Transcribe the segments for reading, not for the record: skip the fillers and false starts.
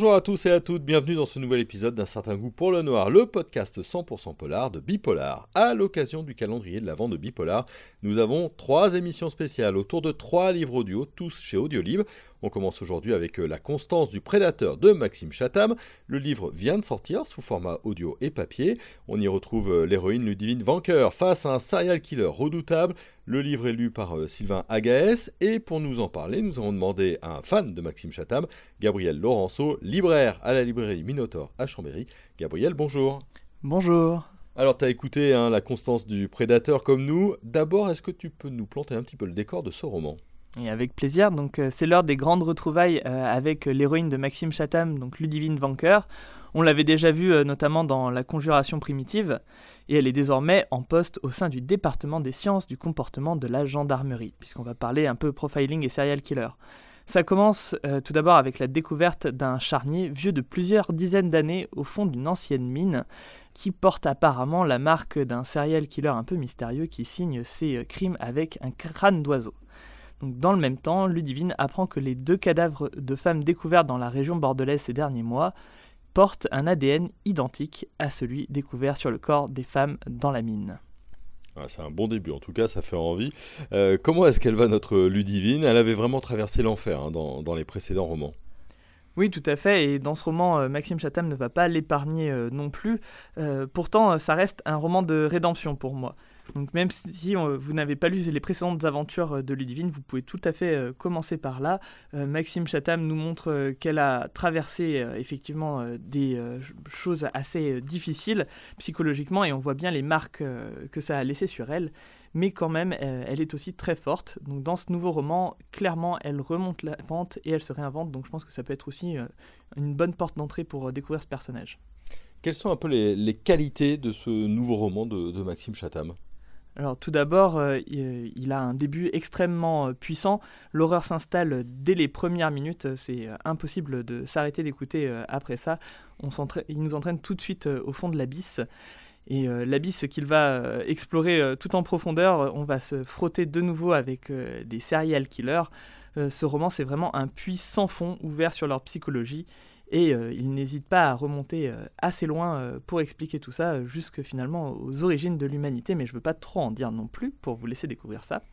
Bonjour à tous et à toutes, bienvenue dans ce nouvel épisode d'Un certain goût pour le noir, le podcast 100% polar de Bipolar. À l'occasion du calendrier de l'Avent de Bipolar, nous avons 3 émissions spéciales autour de 3 livres audio, tous chez Audiolib. On commence aujourd'hui avec La Constance du Prédateur de Maxime Chatham. Le livre vient de sortir sous format audio et papier. On y retrouve l'héroïne Ludivine Vanqueur face à un serial killer redoutable. Le livre est lu par Sylvain Agaès. Et pour nous en parler, nous avons demandé à un fan de Maxime Chatham, Gabriel Laurenceau, libraire à la librairie Minotaure à Chambéry. Gabriel, bonjour. Bonjour. Alors, tu as écouté La Constance du Prédateur comme nous. D'abord, est-ce que tu peux nous planter un petit peu le décor de ce roman ? Et avec plaisir, donc c'est l'heure des grandes retrouvailles avec l'héroïne de Maxime Chatham, donc Ludivine Vanqueur. On l'avait déjà vue notamment dans La Conjuration primitive, et elle est désormais en poste au sein du département des sciences du comportement de la gendarmerie, puisqu'on va parler un peu profiling et serial killer. Ça commence tout d'abord avec la découverte d'un charnier vieux de plusieurs dizaines d'années au fond d'une ancienne mine, qui porte apparemment la marque d'un serial killer un peu mystérieux qui signe ses crimes avec un crâne d'oiseau. Donc, dans le même temps, Ludivine apprend que les 2 cadavres de femmes découverts dans la région bordelaise ces derniers mois portent un ADN identique à celui découvert sur le corps des femmes dans la mine. Ah, c'est un bon début, en tout cas ça fait envie. Comment est-ce qu'elle va notre Ludivine ? Elle avait vraiment traversé l'enfer dans les précédents romans. Oui, tout à fait, et dans ce roman, Maxime Chatham ne va pas l'épargner non plus. Pourtant, ça reste un roman de rédemption pour moi. Donc même si vous n'avez pas lu les précédentes aventures de Ludivine, vous pouvez tout à fait commencer par là. Maxime Chatham nous montre qu'elle a traversé effectivement des choses assez difficiles psychologiquement, et on voit bien les marques que ça a laissées sur elle. Mais quand même, elle est aussi très forte. Donc dans ce nouveau roman, clairement, elle remonte la pente et elle se réinvente. Donc je pense que ça peut être aussi une bonne porte d'entrée pour découvrir ce personnage. Quelles sont un peu les qualités de ce nouveau roman de Maxime Chatham ? Alors tout d'abord, il a un début extrêmement puissant. L'horreur s'installe dès les premières minutes. C'est impossible de s'arrêter d'écouter après ça. Il nous entraîne tout de suite au fond de l'abysse. Et l'abysse qu'il va explorer tout en profondeur, on va se frotter de nouveau avec des serial killers. Ce roman, c'est vraiment un puits sans fond ouvert sur leur psychologie. Et il n'hésite pas à remonter assez loin pour expliquer tout ça, jusque finalement aux origines de l'humanité, mais je ne veux pas trop en dire non plus pour vous laisser découvrir ça.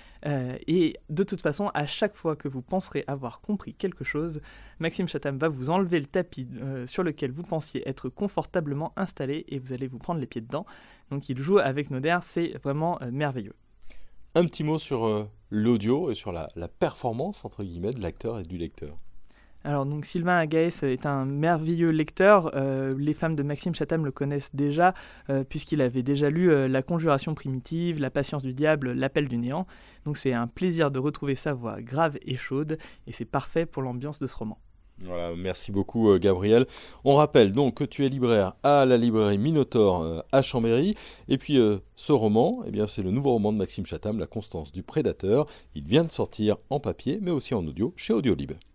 Et de toute façon, à chaque fois que vous penserez avoir compris quelque chose, Maxime Chatham va vous enlever le tapis sur lequel vous pensiez être confortablement installé et vous allez vous prendre les pieds dedans. Donc il joue avec nos nerfs, c'est vraiment merveilleux. Un petit mot sur l'audio et sur la performance entre guillemets de l'acteur et du lecteur. Alors donc Sylvain Agaès est un merveilleux lecteur, les femmes de Maxime Chatham le connaissent déjà puisqu'il avait déjà lu La Conjuration primitive, La Patience du diable, L'Appel du néant, donc c'est un plaisir de retrouver sa voix grave et chaude et c'est parfait pour l'ambiance de ce roman. Voilà, merci beaucoup Gabriel. On rappelle donc que tu es libraire à la librairie Minotaure à Chambéry. Et puis ce roman, c'est le nouveau roman de Maxime Chatham, La Constance du Prédateur. Il vient de sortir en papier mais aussi en audio chez Audiolib.